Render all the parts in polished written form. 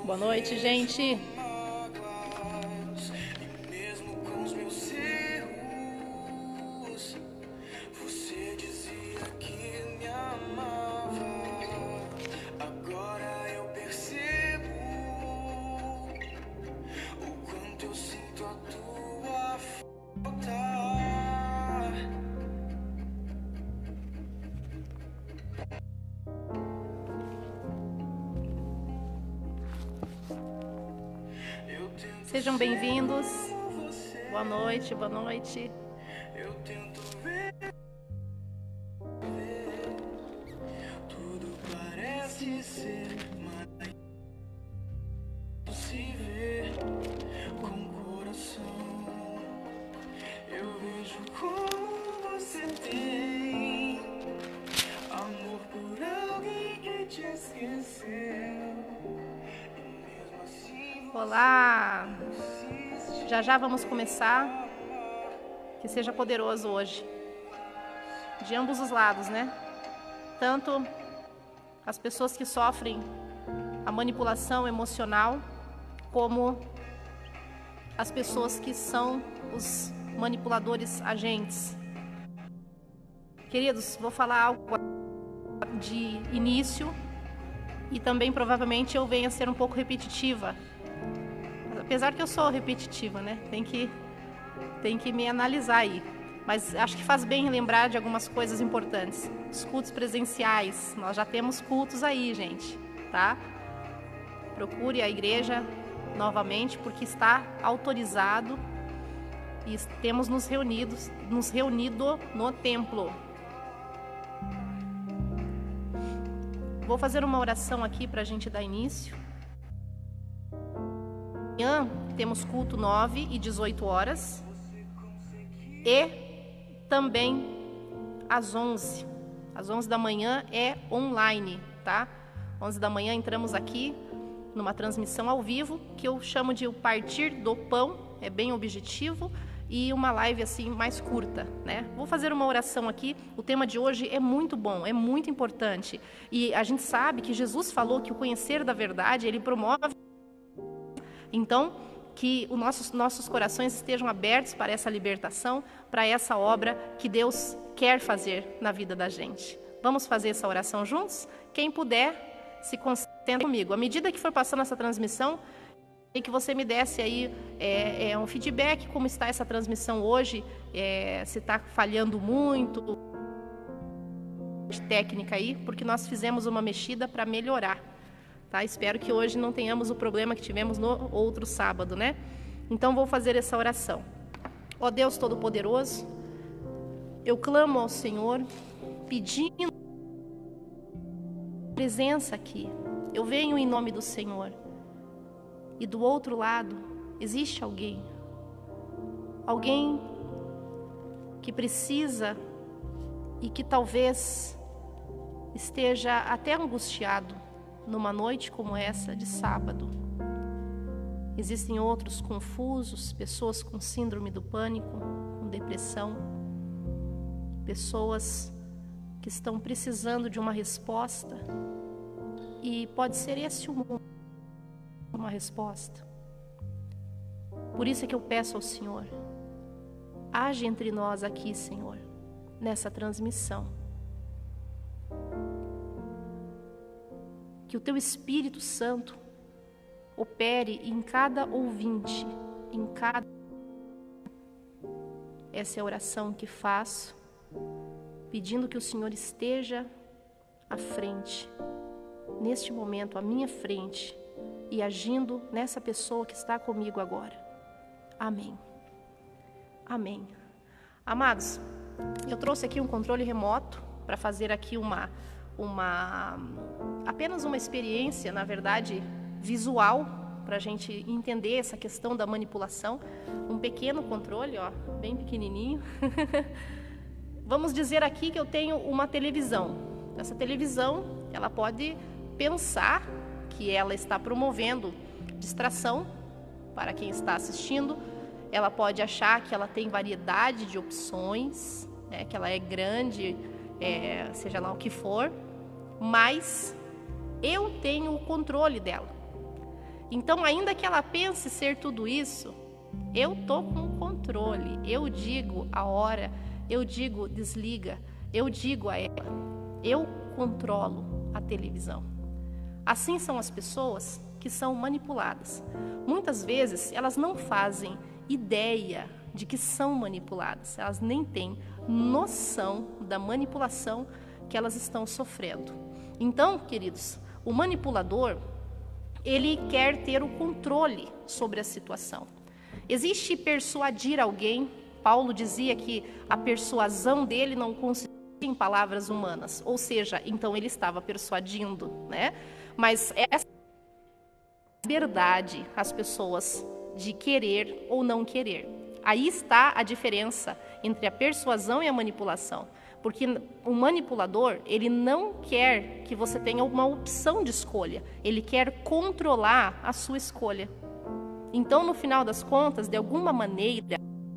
Boa noite, gente. Sejam bem-vindos. Boa noite, boa noite. Eu tento ver, tudo parece ser mais se ver com o coração. Eu vejo como você tem amor por alguém que te esqueceu. Olá! Já vamos começar. Que seja poderoso hoje. De ambos os lados, né? Tanto as pessoas que sofrem a manipulação emocional, como as pessoas que são os manipuladores agentes. Queridos, vou falar algo de início e também provavelmente eu venha a ser um pouco repetitiva. Apesar que eu sou repetitiva, né? Tem que me analisar aí. Mas acho que faz bem lembrar de algumas coisas importantes. Os cultos presenciais. Nós já temos cultos aí, gente, tá? Procure a igreja novamente, porque está autorizado e temos nos reunido no templo. Vou fazer uma oração aqui para a gente dar início. Amanhã temos culto 9 e 18 horas e também às 11. Às 11 da manhã é online, tá? 11 da manhã entramos aqui numa transmissão ao vivo que eu chamo de o Partir do Pão, é bem objetivo e uma live assim mais curta, né? Vou fazer uma oração aqui. O tema de hoje é muito bom, é muito importante e a gente sabe que Jesus falou que o conhecer da verdade ele promove. Então, que os nossos corações estejam abertos para essa libertação, para essa obra que Deus quer fazer na vida da gente. Vamos fazer essa oração juntos? Quem puder, se concentre comigo. À medida que for passando essa transmissão, e que você me desse aí um feedback, como está essa transmissão hoje, se está falhando muito, de técnica aí, porque nós fizemos uma mexida para melhorar. Tá? Espero que hoje não tenhamos o problema que tivemos no outro sábado, né? Então vou fazer essa oração. Ó Deus Todo-Poderoso, eu clamo ao Senhor, pedindo presença aqui. Eu venho em nome do Senhor. E do outro lado, existe alguém que precisa e que talvez esteja até angustiado numa noite como essa de sábado. Existem outros confusos, pessoas com síndrome do pânico, com depressão, pessoas que estão precisando de uma resposta e pode ser esse o mundo, uma resposta. Por isso é que eu peço ao Senhor, age entre nós aqui, Senhor, nessa transmissão. Que o Teu Espírito Santo opere em cada ouvinte, em cada... Essa é a oração que faço, pedindo que o Senhor esteja à frente, neste momento, à minha frente, e agindo nessa pessoa que está comigo agora. Amém. Amém. Amados, eu trouxe aqui um controle remoto para fazer aqui apenas uma experiência, na verdade, visual, para a gente entender essa questão da manipulação. Um pequeno controle, ó, bem pequenininho. Vamos dizer aqui que eu tenho uma televisão. Essa televisão, ela pode pensar que ela está promovendo distração para quem está assistindo. Ela pode achar que ela tem variedade de opções, né, que ela é grande, seja lá o que for. Mas eu tenho o controle dela. Então, ainda que ela pense ser tudo isso, eu tô com o controle, eu digo a hora, eu digo desliga, eu digo a ela, eu controlo a televisão. Assim são as pessoas que são manipuladas. Muitas vezes elas não fazem ideia de que são manipuladas, elas nem têm noção da manipulação que elas estão sofrendo. Então, queridos, o manipulador, ele quer ter o controle sobre a situação. Existe persuadir alguém. Paulo dizia que a persuasão dele não consistia em palavras humanas, ou seja, então ele estava persuadindo, né? Mas essa liberdade as pessoas de querer ou não querer. Aí está a diferença entre a persuasão e a manipulação. Porque o manipulador, ele não quer que você tenha uma opção de escolha. Ele quer controlar a sua escolha. Então, no final das contas, de alguma maneira,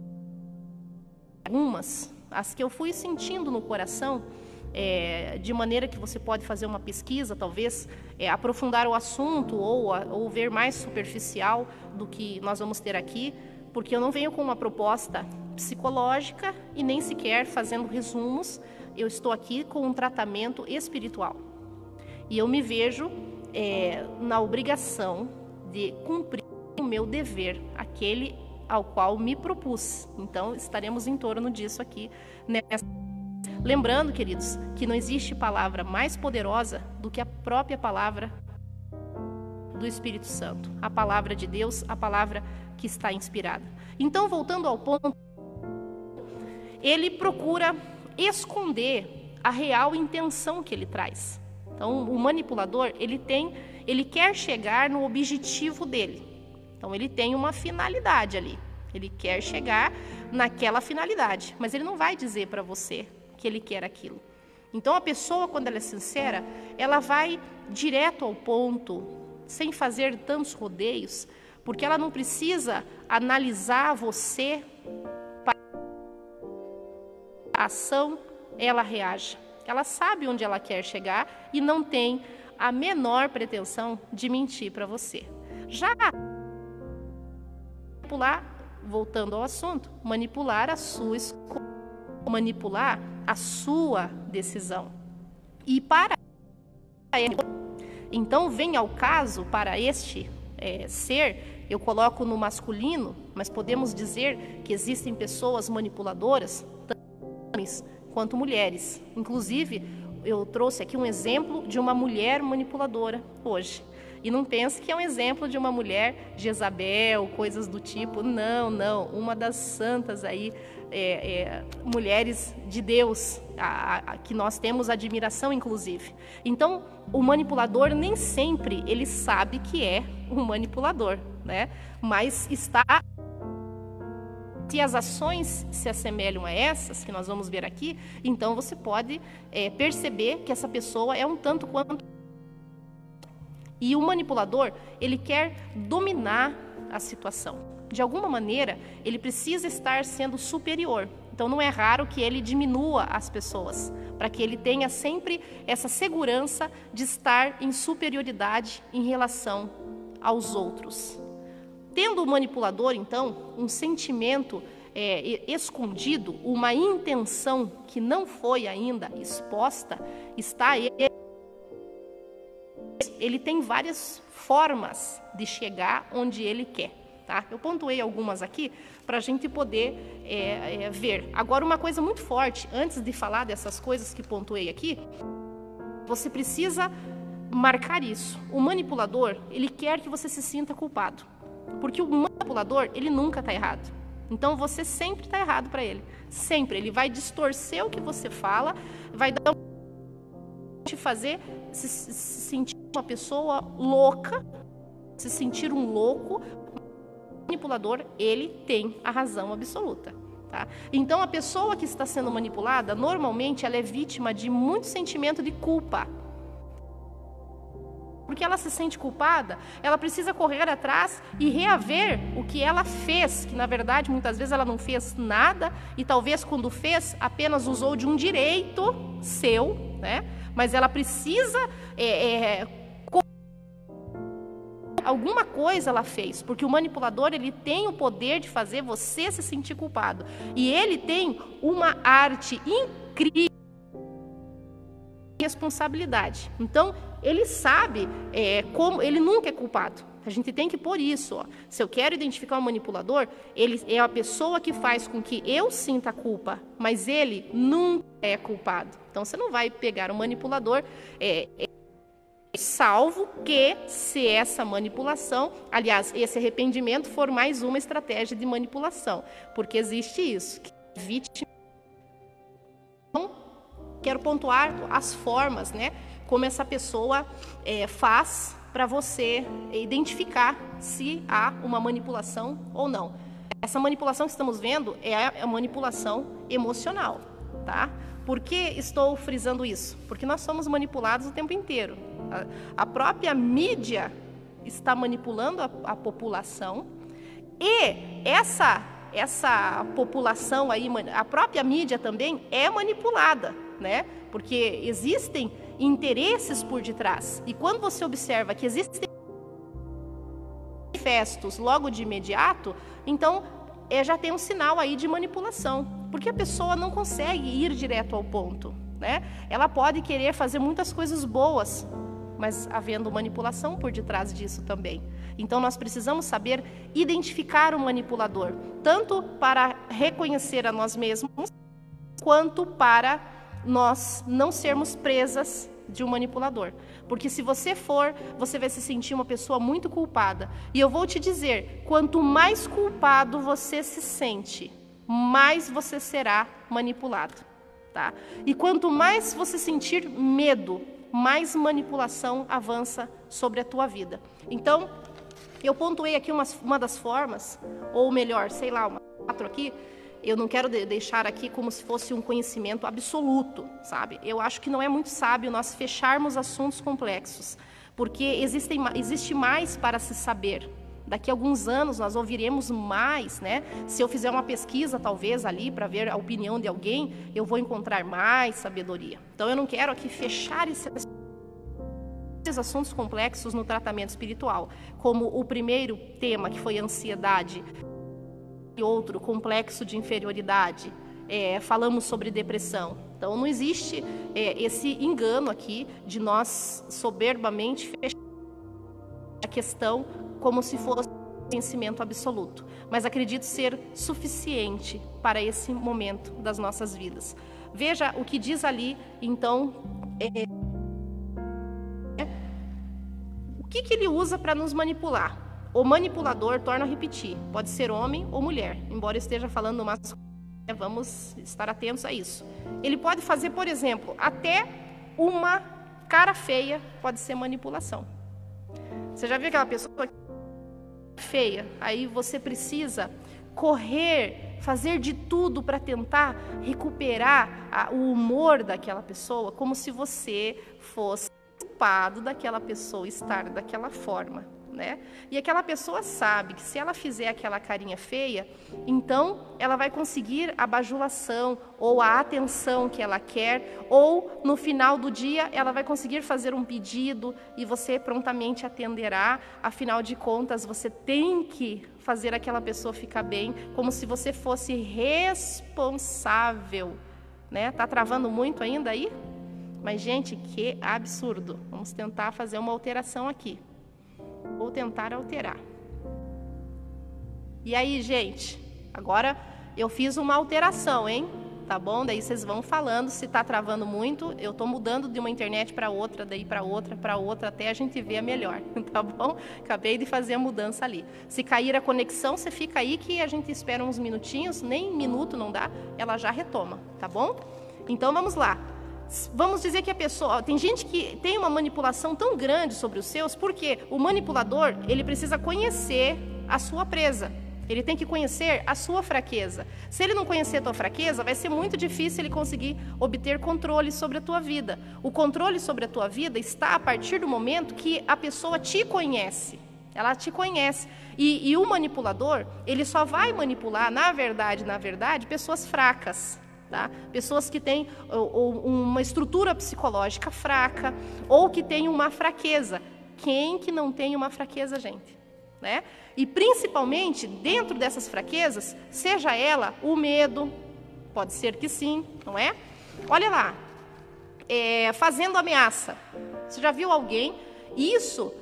as que eu fui sentindo no coração, de maneira que você pode fazer uma pesquisa, talvez aprofundar o assunto ou ver mais superficial do que nós vamos ter aqui, porque eu não venho com uma proposta psicológica e nem sequer fazendo resumos. Eu estou aqui com um tratamento espiritual. E eu me vejo na obrigação de cumprir o meu dever, aquele ao qual me propus. Então, estaremos em torno disso aqui. Lembrando, queridos, que não existe palavra mais poderosa do que a própria palavra do Espírito Santo. A palavra de Deus, a palavra que está inspirada. Então, voltando ao ponto, ele procura esconder a real intenção que ele traz. Então, o manipulador, ele quer chegar no objetivo dele. Então, ele tem uma finalidade ali. Ele quer chegar naquela finalidade, mas ele não vai dizer para você que ele quer aquilo. Então, a pessoa, quando ela é sincera, ela vai direto ao ponto, sem fazer tantos rodeios, porque ela não precisa analisar você para a ação, ela reage. Ela sabe onde ela quer chegar e não tem a menor pretensão de mentir para você. Já manipular, voltando ao assunto, manipular a sua escolha, manipular a sua decisão. E para então vem ao caso para este ser, eu coloco no masculino, mas podemos dizer que existem pessoas manipuladoras, tanto homens quanto mulheres. Inclusive, eu trouxe aqui um exemplo de uma mulher manipuladora hoje. E não pense que é um exemplo de uma mulher Jezabel, coisas do tipo. Não, não. Uma das santas aí, mulheres de Deus, que nós temos admiração, inclusive. Então, o manipulador nem sempre ele sabe que é um manipulador, né? Mas está... Se as ações se assemelham a essas, que nós vamos ver aqui, então você pode perceber que essa pessoa é um tanto quanto... E o manipulador, ele quer dominar a situação. De alguma maneira, ele precisa estar sendo superior. Então, não é raro que ele diminua as pessoas, para que ele tenha sempre essa segurança de estar em superioridade em relação aos outros. Tendo o manipulador, então, um sentimento escondido, uma intenção que não foi ainda exposta, ele tem várias formas de chegar onde ele quer. Tá? Eu pontuei algumas aqui para a gente poder ver. Agora, uma coisa muito forte, antes de falar dessas coisas que pontuei aqui, você precisa marcar isso. O manipulador, ele quer que você se sinta culpado. Porque o manipulador, ele nunca está errado. Então, você sempre está errado para ele. Sempre. Ele vai distorcer o que você fala, vai dar te fazer se sentir uma pessoa louca, se sentir um louco. O manipulador, ele tem a razão absoluta. Tá? Então, a pessoa que está sendo manipulada, normalmente, ela é vítima de muito sentimento de culpa. Porque ela se sente culpada, ela precisa correr atrás e reaver o que ela fez, que na verdade muitas vezes ela não fez nada e talvez quando fez apenas usou de um direito seu, né? Mas ela precisa alguma coisa ela fez, porque o manipulador, ele tem o poder de fazer você se sentir culpado. E ele tem uma arte incrível de responsabilidade. Então, ele sabe como ele nunca é culpado. A gente tem que pôr isso. Ó. Se eu quero identificar um manipulador, ele é a pessoa que faz com que eu sinta a culpa, mas ele nunca é culpado. Então, você não vai pegar um manipulador... salvo que se essa manipulação, aliás, esse arrependimento for mais uma estratégia de manipulação, porque existe isso. Vítima. Então, quero pontuar as formas, né, como essa pessoa faz para você identificar se há uma manipulação ou não. Essa manipulação que estamos vendo é a manipulação emocional, tá? Por que estou frisando isso? Porque nós somos manipulados o tempo inteiro. A própria mídia está manipulando a população e essa população aí, a própria mídia também é manipulada, né? Porque existem interesses por detrás. E quando você observa que existem manifestos logo de imediato, então já tem um sinal aí de manipulação, porque a pessoa não consegue ir direto ao ponto, né? Ela pode querer fazer muitas coisas boas, mas havendo manipulação por detrás disso também. Então nós precisamos saber identificar o manipulador, tanto para reconhecer a nós mesmos, quanto para nós não sermos presas de um manipulador. Porque se você for, você vai se sentir uma pessoa muito culpada. E eu vou te dizer, quanto mais culpado você se sente, mais você será manipulado, tá? E quanto mais você sentir medo, mais manipulação avança sobre a tua vida. Então, eu pontuei aqui uma das formas, ou melhor, sei lá, uma 4 aqui. Eu não quero deixar aqui como se fosse um conhecimento absoluto, sabe? Eu acho que não é muito sábio nós fecharmos assuntos complexos, porque existe mais para se saber. Daqui a alguns anos nós ouviremos mais, né? Se eu fizer uma pesquisa, talvez, ali, para ver a opinião de alguém, eu vou encontrar mais sabedoria. Então, eu não quero aqui fechar esses assuntos complexos no tratamento espiritual, como o primeiro tema, que foi ansiedade, e outro, complexo de inferioridade, falamos sobre depressão. Então, não existe esse engano aqui de nós soberbamente fechar a questão como se fosse conhecimento absoluto. Mas acredito ser suficiente para esse momento das nossas vidas. Veja o que diz ali, então, o que ele usa para nos manipular. O manipulador, torna a repetir, pode ser homem ou mulher, embora eu esteja falando masculino, vamos estar atentos a isso. Ele pode fazer, por exemplo, até uma cara feia pode ser manipulação. Você já viu aquela pessoa feia? Aí você precisa correr, fazer de tudo para tentar recuperar o humor daquela pessoa, como se você fosse culpado daquela pessoa estar daquela forma. Né? E aquela pessoa sabe que se ela fizer aquela carinha feia, então ela vai conseguir a bajulação ou a atenção que ela quer, ou no final do dia ela vai conseguir fazer um pedido e você prontamente atenderá. Afinal de contas, você tem que fazer aquela pessoa ficar bem, como se você fosse responsável, né? Tá travando muito ainda aí? Mas, gente, que absurdo. Vamos tentar fazer uma alteração aqui. Vou tentar alterar. E aí, gente? Agora eu fiz uma alteração, hein? Tá bom? Daí vocês vão falando. Se tá travando muito, eu tô mudando de uma internet para outra, daí para outra, até a gente ver a melhor. Tá bom? Acabei de fazer a mudança ali. Se cair a conexão, você fica aí que a gente espera uns minutinhos, nem minuto não dá, ela já retoma, tá bom? Então vamos lá. Vamos dizer que a pessoa... Tem gente que tem uma manipulação tão grande sobre os seus, porque o manipulador, ele precisa conhecer a sua presa. Ele tem que conhecer a sua fraqueza. Se ele não conhecer a tua fraqueza, vai ser muito difícil ele conseguir obter controle sobre a tua vida. O controle sobre a tua vida está a partir do momento que a pessoa te conhece. Ela te conhece. E o manipulador, ele só vai manipular, na verdade, pessoas fracas. Tá? Pessoas que têm uma estrutura psicológica fraca ou que têm uma fraqueza, Quem que não tem uma fraqueza, gente? Né? E principalmente dentro dessas fraquezas, seja ela o medo, pode ser que sim, não é? Olha lá, fazendo ameaça. Você já viu alguém? Isso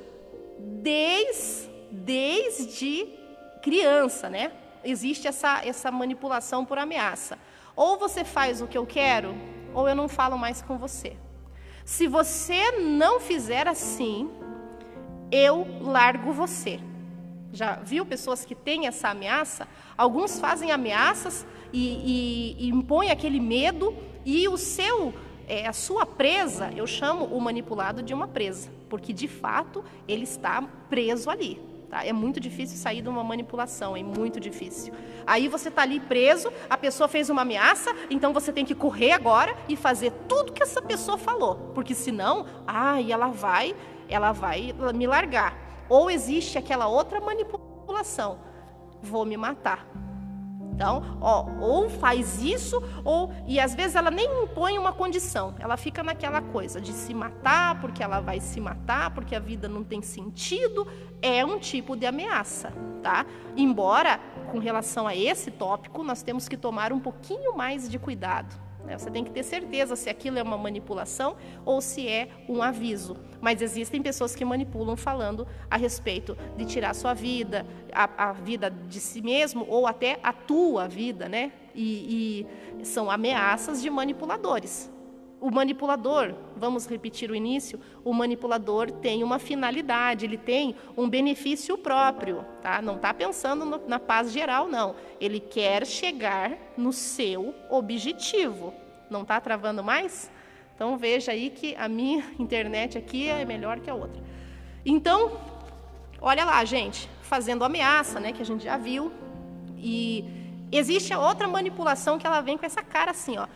desde criança, né? Existe essa manipulação por ameaça. Ou você faz o que eu quero, ou eu não falo mais com você. Se você não fizer assim, eu largo você. Já viu pessoas que têm essa ameaça? Alguns fazem ameaças e impõem aquele medo, e a sua presa, eu chamo o manipulado de uma presa, porque de fato ele está preso ali. Tá? É muito difícil sair de uma manipulação, é muito difícil. Aí você está ali preso, a pessoa fez uma ameaça, então você tem que correr agora e fazer tudo que essa pessoa falou, porque senão, ela vai me largar. Ou existe aquela outra manipulação, vou me matar. Então, ou faz isso, e às vezes ela nem impõe uma condição, ela fica naquela coisa de se matar, porque ela vai se matar, porque a vida não tem sentido, é um tipo de ameaça, tá? Embora, com relação a esse tópico, nós temos que tomar um pouquinho mais de cuidado. Você tem que ter certeza se aquilo é uma manipulação ou se é um aviso. Mas existem pessoas que manipulam falando a respeito de tirar sua vida, a vida de si mesmo ou até a tua vida, né? E são ameaças de manipuladores. O manipulador, vamos repetir o início, o manipulador tem uma finalidade, ele tem um benefício próprio, tá? Não está pensando na paz geral, não. Ele quer chegar no seu objetivo. Não está travando mais? Então veja aí que a minha internet aqui é melhor que a outra. Então, olha lá, gente, fazendo ameaça, né, que a gente já viu. E existe a outra manipulação que ela vem com essa cara assim, ó.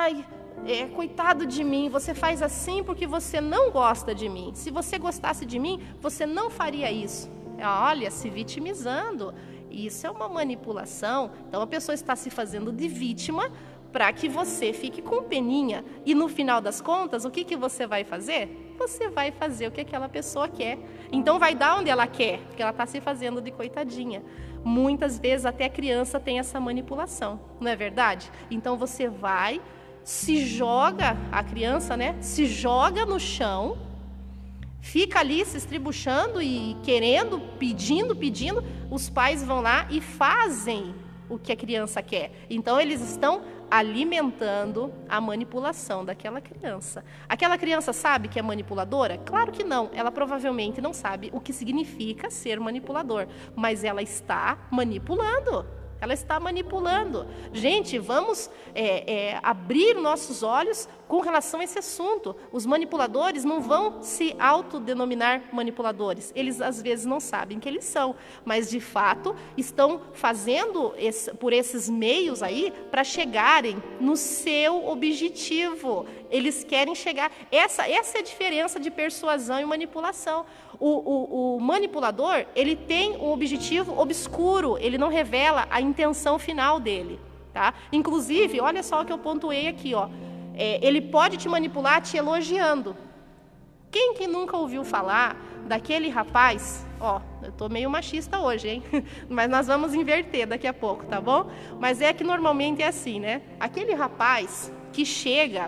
Coitado de mim, você faz assim porque você não gosta de mim. Se você gostasse de mim, você não faria isso. Olha, se vitimizando. Isso é uma manipulação. Então a pessoa está se fazendo de vítima para que você fique com peninha. E no final das contas, o que você vai fazer? Você vai fazer o que aquela pessoa quer. Então vai dar onde ela quer, porque ela está se fazendo de coitadinha. Muitas vezes até a criança tem essa manipulação, não é verdade? Então você vai, se joga, a criança, né? Se joga no chão, fica ali se estribuchando e querendo, pedindo, os pais vão lá e fazem o que a criança quer. Então eles estão alimentando a manipulação daquela criança. Aquela criança sabe que é manipuladora? Claro que não. Ela provavelmente não sabe o que significa ser manipulador, mas ela está manipulando. Ela está manipulando. Gente, vamos abrir nossos olhos com relação a esse assunto. Os manipuladores não vão se autodenominar manipuladores. Eles, às vezes, não sabem que eles são. Mas, de fato, estão fazendo por esses meios aí para chegarem no seu objetivo. Eles querem chegar... Essa é a diferença de persuasão e manipulação. O manipulador, ele tem um objetivo obscuro. Ele não revela a intenção final dele. Tá? Inclusive, olha só o que eu pontuei aqui, ó. Ele pode te manipular te elogiando. Quem que nunca ouviu falar daquele rapaz? Ó, eu tô meio machista hoje, hein? Mas nós vamos inverter daqui a pouco, tá bom? Mas é que normalmente é assim, né? Aquele rapaz que chega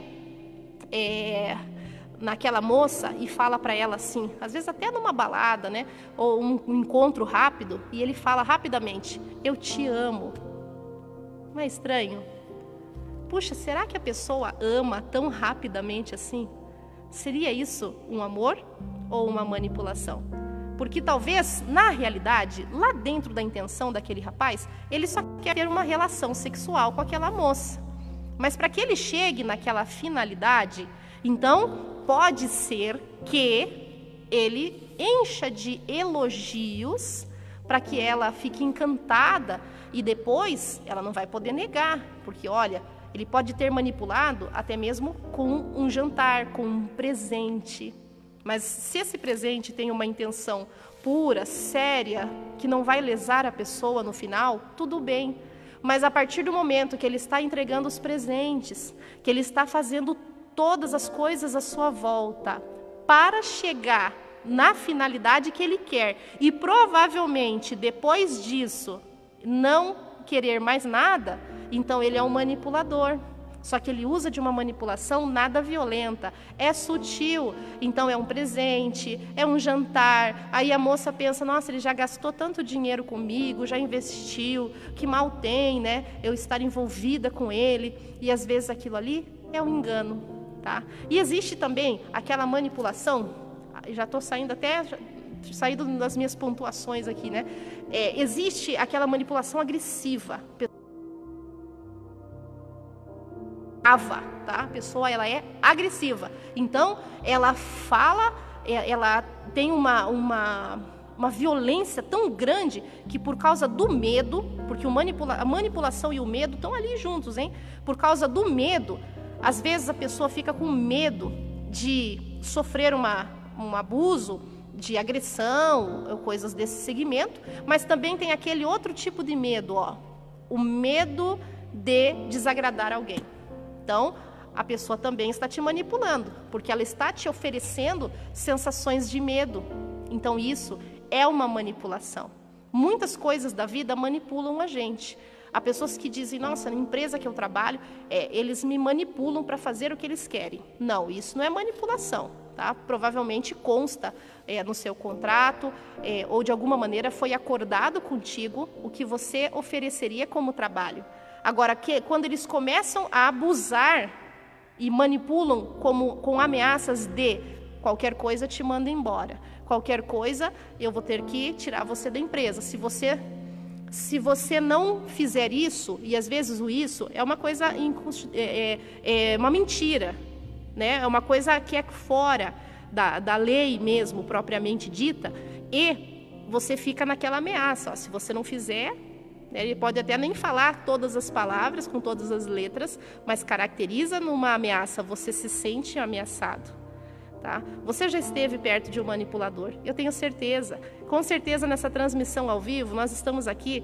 naquela moça e fala para ela assim, às vezes até numa balada, né? Ou um encontro rápido, e ele fala rapidamente: eu te amo. Não é estranho? Puxa, será que a pessoa ama tão rapidamente assim? Seria isso um amor ou uma manipulação? Porque talvez, na realidade, lá dentro da intenção daquele rapaz, ele só quer ter uma relação sexual com aquela moça. Mas para que ele chegue naquela finalidade, então pode ser que ele encha de elogios para que ela fique encantada e depois ela não vai poder negar, porque olha, ele pode ter manipulado até mesmo com um jantar, com um presente. Mas se esse presente tem uma intenção pura, séria, que não vai lesar a pessoa no final, tudo bem. Mas a partir do momento que ele está entregando os presentes, que ele está fazendo todas as coisas à sua volta para chegar na finalidade que ele quer. E provavelmente, depois disso, não querer mais nada, então ele é um manipulador. Só que ele usa de uma manipulação nada violenta, é sutil. Então é um presente, é um jantar. Aí a moça pensa, nossa, ele já gastou tanto dinheiro comigo, já investiu, que mal tem, né? Eu estar envolvida com ele. E às vezes aquilo ali é um engano, tá? E existe também aquela manipulação, já estou saindo das minhas pontuações aqui, né? Existe aquela manipulação agressiva. Tá? A pessoa, ela é agressiva. Então, ela fala, ela tem uma violência tão grande que por causa do medo, porque a manipulação e o medo estão ali juntos, hein? Por causa do medo, às vezes a pessoa fica com medo de sofrer um abuso, de agressão, ou coisas desse segmento, mas também tem aquele outro tipo de medo, o medo de desagradar alguém. Então, a pessoa também está te manipulando, porque ela está te oferecendo sensações de medo. Então, isso é uma manipulação. Muitas coisas da vida manipulam a gente. Há pessoas que dizem, nossa, na empresa que eu trabalho, eles me manipulam para fazer o que eles querem. Não, isso não é manipulação, tá? Provavelmente consta no seu contrato, ou de alguma maneira foi acordado contigo o que você ofereceria como trabalho. Agora, quando eles começam a abusar e manipulam com ameaças de qualquer coisa te manda embora, qualquer coisa eu vou ter que tirar você da empresa. Se você não fizer isso, e às vezes o isso é uma coisa, uma mentira, né? É uma coisa que é fora da lei mesmo, propriamente dita, e você fica naquela ameaça, se você não fizer... Ele pode até nem falar todas as palavras, com todas as letras, mas caracteriza numa ameaça, você se sente ameaçado. Tá? Você já esteve perto de um manipulador? Eu tenho certeza. Com certeza nessa transmissão ao vivo, nós estamos aqui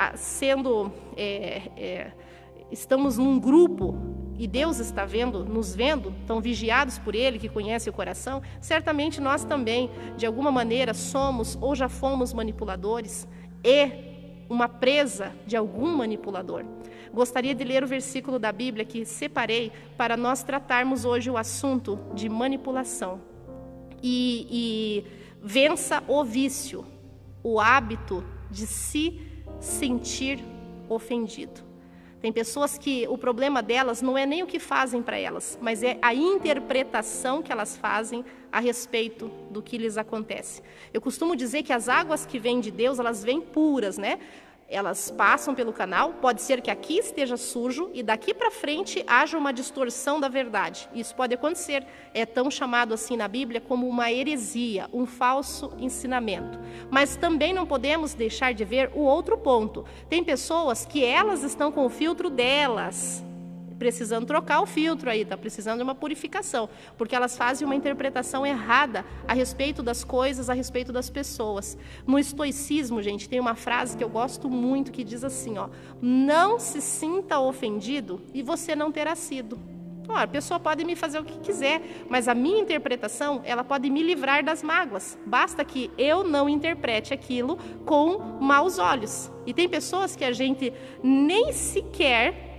estamos num grupo e Deus está nos vendo, estão vigiados por Ele, que conhece o coração. Certamente nós também, de alguma maneira, somos ou já fomos manipuladores e uma presa de algum manipulador. Gostaria de ler o versículo da Bíblia que separei para nós tratarmos hoje o assunto de manipulação. E vença o vício, o hábito de se sentir ofendido. Tem pessoas que o problema delas não é nem o que fazem para elas, mas é a interpretação que elas fazem a respeito do que lhes acontece. Eu costumo dizer que as águas que vêm de Deus, elas vêm puras, né? Elas passam pelo canal, pode ser que aqui esteja sujo e daqui para frente haja uma distorção da verdade. Isso pode acontecer, é tão chamado assim na Bíblia como uma heresia, um falso ensinamento. Mas também não podemos deixar de ver o outro ponto. Tem pessoas que elas estão com o filtro delas, precisando trocar o filtro aí, está precisando de uma purificação, porque elas fazem uma interpretação errada a respeito das coisas, a respeito das pessoas. No estoicismo, gente, tem uma frase que eu gosto muito que diz assim, não se sinta ofendido e você não terá sido. A pessoa pode me fazer o que quiser, mas a minha interpretação, ela pode me livrar das mágoas. Basta que eu não interprete aquilo com maus olhos. E tem pessoas que a gente nem sequer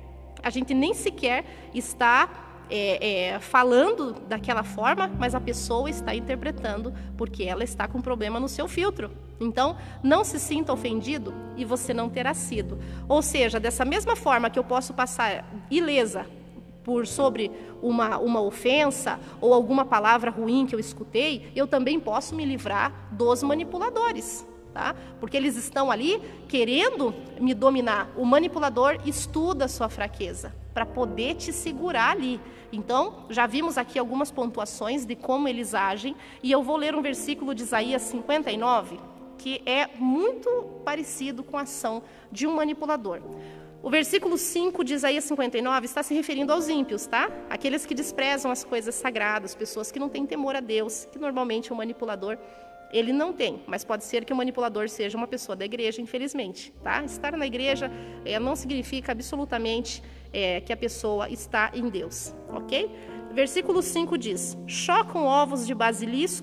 está falando daquela forma, mas a pessoa está interpretando porque ela está com problema no seu filtro. Então, não se sinta ofendido e você não terá sido. Ou seja, dessa mesma forma que eu posso passar ilesa sobre uma ofensa ou alguma palavra ruim que eu escutei, eu também posso me livrar dos manipuladores. Tá? Porque eles estão ali querendo me dominar. O manipulador estuda a sua fraqueza para poder te segurar ali. Então, já vimos aqui algumas pontuações de como eles agem, e eu vou ler um versículo de Isaías 59, que é muito parecido com a ação de um manipulador. O versículo 5 de Isaías 59 está se referindo aos ímpios, tá? Aqueles que desprezam as coisas sagradas, pessoas que não têm temor a Deus, que normalmente o manipulador ele não tem, mas pode ser que o manipulador seja uma pessoa da igreja, infelizmente. Tá? Estar na igreja não significa absolutamente que a pessoa está em Deus. Ok? Versículo 5 diz, chocam ovos de basilisco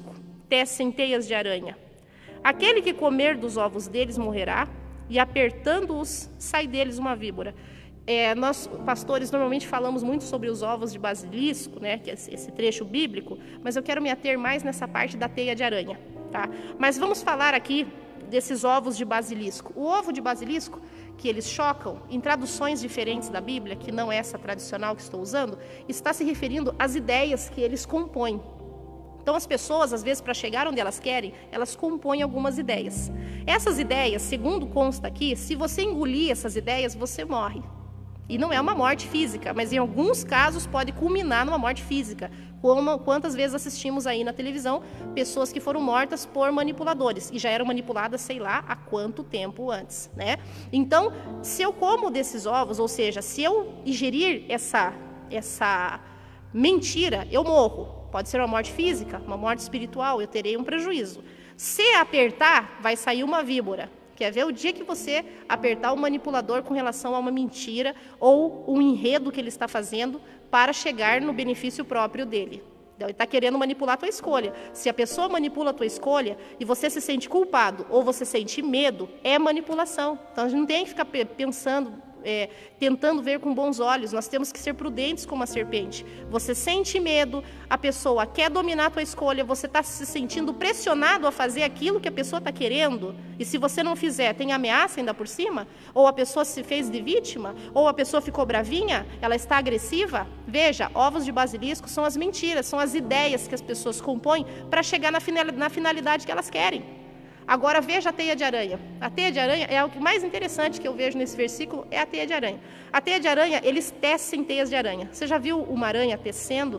tecem teias de aranha. Aquele que comer dos ovos deles morrerá, e apertando-os, sai deles uma víbora. Nós, pastores, normalmente falamos muito sobre os ovos de basilisco, né, que é esse trecho bíblico, mas eu quero me ater mais nessa parte da teia de aranha. Tá? Mas vamos falar aqui desses ovos de basilisco. O ovo de basilisco, que eles chocam, em traduções diferentes da Bíblia, que não é essa tradicional que estou usando, está se referindo às ideias que eles compõem. Então, as pessoas, às vezes, para chegar onde elas querem, elas compõem algumas ideias. Essas ideias, segundo consta aqui, se você engolir essas ideias, você morre. E não é uma morte física, mas em alguns casos pode culminar numa morte física. Quantas vezes assistimos aí na televisão pessoas que foram mortas por manipuladores e já eram manipuladas, sei lá, há quanto tempo antes, né? Então, se eu como desses ovos, ou seja, se eu ingerir essa mentira, eu morro. Pode ser uma morte física, uma morte espiritual, eu terei um prejuízo. Se apertar, vai sair uma víbora. Quer ver o dia que você apertar o manipulador com relação a uma mentira ou um enredo que ele está fazendo para chegar no benefício próprio dele. Então, ele está querendo manipular a tua escolha. Se a pessoa manipula a tua escolha e você se sente culpado ou você sente medo, é manipulação. Então, a gente não tem que ficar pensando, tentando ver com bons olhos. Nós temos que ser prudentes como a serpente. Você sente medo, a pessoa quer dominar a tua escolha, você está se sentindo pressionado a fazer aquilo que a pessoa está querendo, e se você não fizer, tem ameaça ainda por cima, ou a pessoa se fez de vítima, ou a pessoa ficou bravinha, ela está agressiva. Veja, ovos de basilisco são as mentiras, são as ideias que as pessoas compõem para chegar na finalidade que elas querem. Agora veja a teia de aranha. A teia de aranha é o mais interessante que eu vejo nesse versículo, é a teia de aranha. A teia de aranha, eles tecem teias de aranha. Você já viu uma aranha tecendo?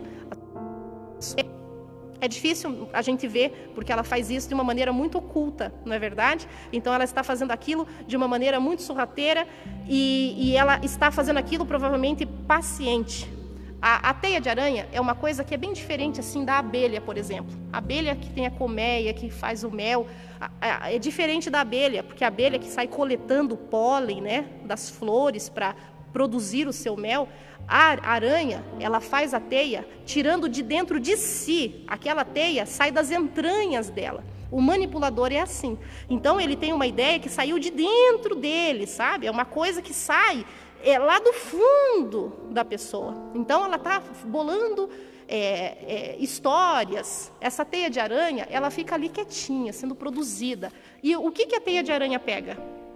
É difícil a gente ver, porque ela faz isso de uma maneira muito oculta, não é verdade? Então ela está fazendo aquilo de uma maneira muito sorrateira e ela está fazendo aquilo provavelmente paciente. A teia de aranha é uma coisa que é bem diferente assim da abelha, por exemplo. A abelha que tem a colmeia, que faz o mel, é diferente da abelha, porque a abelha que sai coletando o pólen, né, das flores para produzir o seu mel, a aranha, ela faz a teia tirando de dentro de si. Aquela teia sai das entranhas dela. O manipulador é assim. Então ele tem uma ideia que saiu de dentro dele, sabe? É uma coisa que sai lá do fundo da pessoa. Então ela está bolando histórias. Essa teia de aranha, ela fica ali quietinha, sendo produzida. E o que a teia de aranha pega?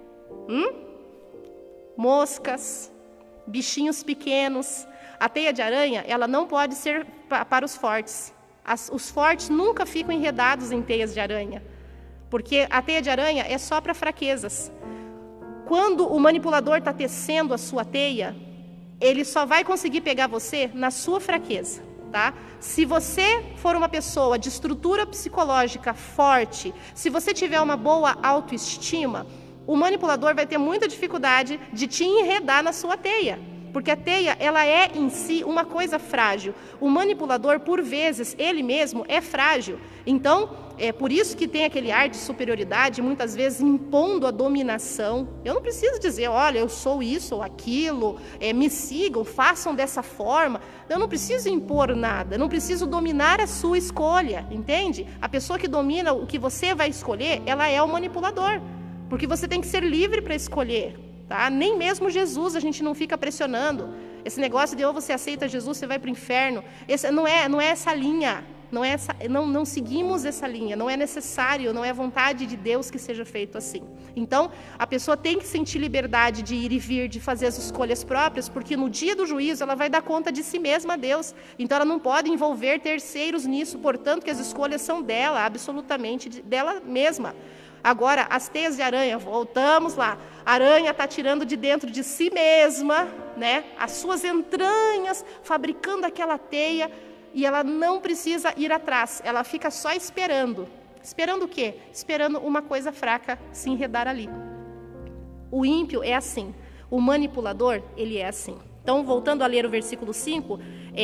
Moscas, bichinhos pequenos. A teia de aranha, ela não pode ser para os fortes. Os fortes nunca ficam enredados em teias de aranha, porque a teia de aranha é só para fraquezas. Quando o manipulador está tecendo a sua teia, ele só vai conseguir pegar você na sua fraqueza, tá? Se você for uma pessoa de estrutura psicológica forte, se você tiver uma boa autoestima, o manipulador vai ter muita dificuldade de te enredar na sua teia, porque a teia, ela é em si uma coisa frágil. O manipulador, por vezes, ele mesmo é frágil. Então, é por isso que tem aquele ar de superioridade, muitas vezes impondo a dominação. Eu não preciso dizer, olha, eu sou isso ou aquilo, me sigam, façam dessa forma. Eu não preciso impor nada, não preciso dominar a sua escolha, entende? A pessoa que domina o que você vai escolher, ela é o manipulador, porque você tem que ser livre para escolher. Tá? Nem mesmo Jesus a gente não fica pressionando. Esse negócio de ou você aceita Jesus, você vai para o inferno. Não é essa linha. Não seguimos essa linha. Não é necessário, não é vontade de Deus que seja feito assim. Então, a pessoa tem que sentir liberdade de ir e vir, de fazer as escolhas próprias, porque no dia do juízo ela vai dar conta de si mesma a Deus. Então, ela não pode envolver terceiros nisso, portanto, que as escolhas são dela, absolutamente dela mesma. Agora, as teias de aranha, voltamos lá. A aranha está tirando de dentro de si mesma, né, as suas entranhas, fabricando aquela teia, e ela não precisa ir atrás. Ela fica só esperando. Esperando o quê? Esperando uma coisa fraca se enredar ali. O ímpio é assim. O manipulador, ele é assim. Então, voltando a ler o versículo 5,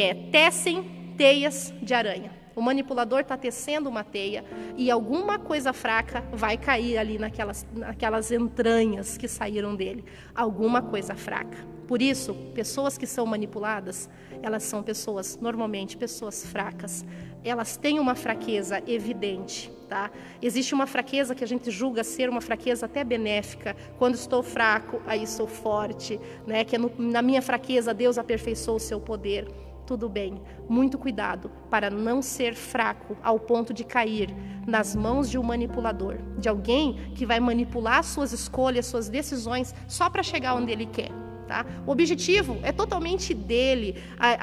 tecem teias de aranha. O manipulador está tecendo uma teia e alguma coisa fraca vai cair ali naquelas entranhas que saíram dele. Alguma coisa fraca. Por isso, pessoas que são manipuladas, elas são pessoas, normalmente, pessoas fracas. Elas têm uma fraqueza evidente, tá? Existe uma fraqueza que a gente julga ser uma fraqueza até benéfica. Quando estou fraco, aí sou forte, né? Que na minha fraqueza Deus aperfeiçoou o seu poder. Tudo bem, muito cuidado para não ser fraco ao ponto de cair nas mãos de um manipulador, de alguém que vai manipular suas escolhas, suas decisões, só para chegar onde ele quer. Tá? O objetivo é totalmente dele,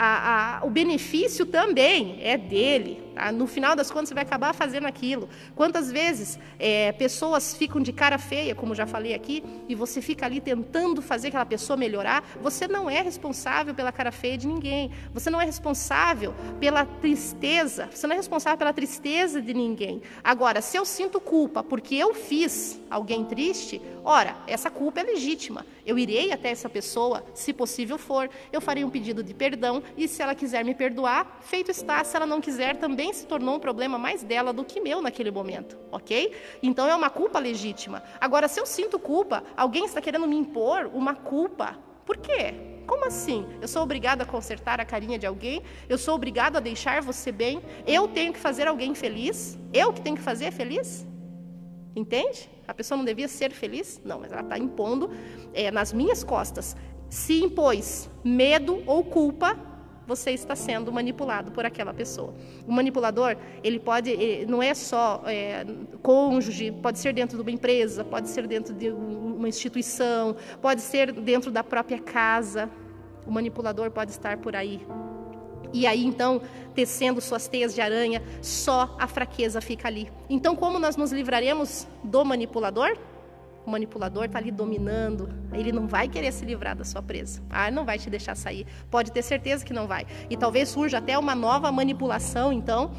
o benefício também é dele. Tá? No final das contas, você vai acabar fazendo aquilo. Quantas vezes pessoas ficam de cara feia, como já falei aqui, e você fica ali tentando fazer aquela pessoa melhorar? Você não é responsável pela cara feia de ninguém. Você não é responsável pela tristeza. Você não é responsável pela tristeza de ninguém. Agora, se eu sinto culpa porque eu fiz alguém triste, ora, essa culpa é legítima. Eu irei até essa pessoa, se possível for, eu farei um pedido de perdão, e se ela quiser me perdoar, feito está. Se ela não quiser, também se tornou um problema mais dela do que meu naquele momento, ok? Então é uma culpa legítima. Agora, se eu sinto culpa, alguém está querendo me impor uma culpa, por quê? Como assim? Eu sou obrigada a consertar a carinha de alguém? Eu sou obrigada a deixar você bem? Eu tenho que fazer alguém feliz? Eu que tenho que fazer feliz? Entende? A pessoa não devia ser feliz? Não, mas ela está impondo nas minhas costas. Se impôs medo ou culpa, você está sendo manipulado por aquela pessoa. O manipulador, ele pode, não é só cônjuge, pode ser dentro de uma empresa, pode ser dentro de uma instituição, pode ser dentro da própria casa. O manipulador pode estar por aí. E aí, então, tecendo suas teias de aranha, só a fraqueza fica ali. Então, como nós nos livraremos do manipulador? O manipulador está ali dominando, ele não vai querer se livrar da sua presa. Ele não vai te deixar sair. Pode ter certeza que não vai. E talvez surja até uma nova manipulação, então,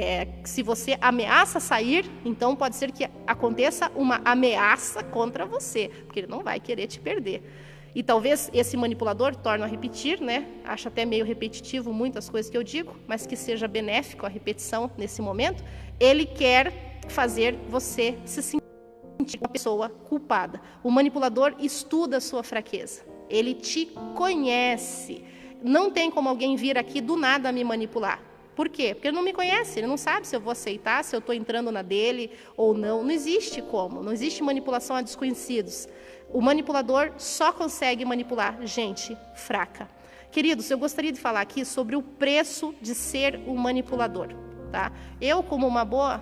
se você ameaça sair, então pode ser que aconteça uma ameaça contra você, porque ele não vai querer te perder. E talvez esse manipulador torne a repetir, né? Acho até meio repetitivo muitas coisas que eu digo, mas que seja benéfico a repetição nesse momento. Ele quer fazer você se sentir uma pessoa culpada. O manipulador estuda a sua fraqueza. Ele te conhece. Não tem como alguém vir aqui do nada me manipular. Por quê? Porque ele não me conhece, ele não sabe se eu vou aceitar, se eu estou entrando na dele ou não. Não existe como, não existe manipulação a desconhecidos. O manipulador só consegue manipular gente fraca. Queridos, eu gostaria de falar aqui sobre o preço de ser um manipulador. Tá? Eu, como uma boa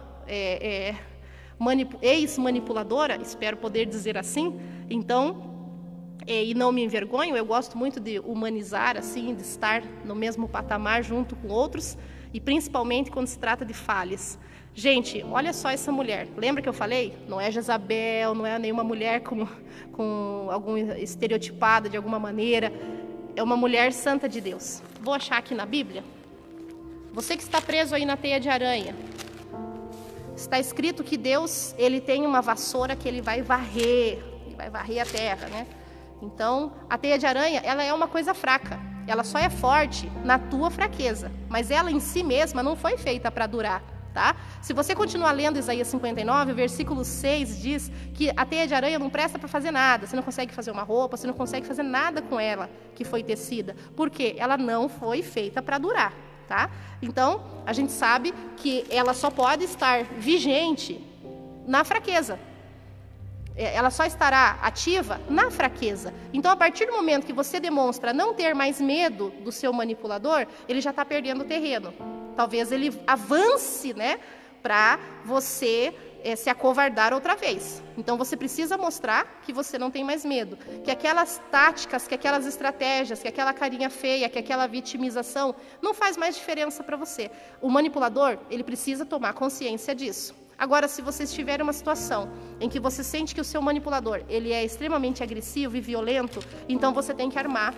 ex-manipuladora, espero poder dizer assim, então, e não me envergonho, eu gosto muito de humanizar, assim, de estar no mesmo patamar junto com outros, e principalmente quando se trata de falhas. Gente, olha só essa mulher. Lembra que eu falei? Não é Jezabel, não é nenhuma mulher com algum estereotipada de alguma maneira. É uma mulher santa de Deus. Vou achar aqui na Bíblia. Você que está preso aí na teia de aranha. Está escrito que Deus, ele tem uma vassoura que ele vai varrer a terra, né? Então, a teia de aranha, ela é uma coisa fraca. Ela só é forte na tua fraqueza. Mas ela em si mesma não foi feita para durar. Tá? Se você continuar lendo Isaías 59, o versículo 6 diz que a teia de aranha não presta para fazer nada. Você não consegue fazer uma roupa, você não consegue fazer nada com ela que foi tecida. Por quê? Ela não foi feita para durar. Tá? Então, a gente sabe que ela só pode estar vigente na fraqueza. Ela só estará ativa na fraqueza. Então, a partir do momento que você demonstra não ter mais medo do seu manipulador, ele já está perdendo o terreno. Talvez ele avance, né, para você se acovardar outra vez. Então, você precisa mostrar que você não tem mais medo. Que aquelas táticas, que aquelas estratégias, que aquela carinha feia, que aquela vitimização não faz mais diferença para você. O manipulador, ele precisa tomar consciência disso. Agora, se você estiver em uma situação em que você sente que o seu manipulador ele é extremamente agressivo e violento, então você tem que armar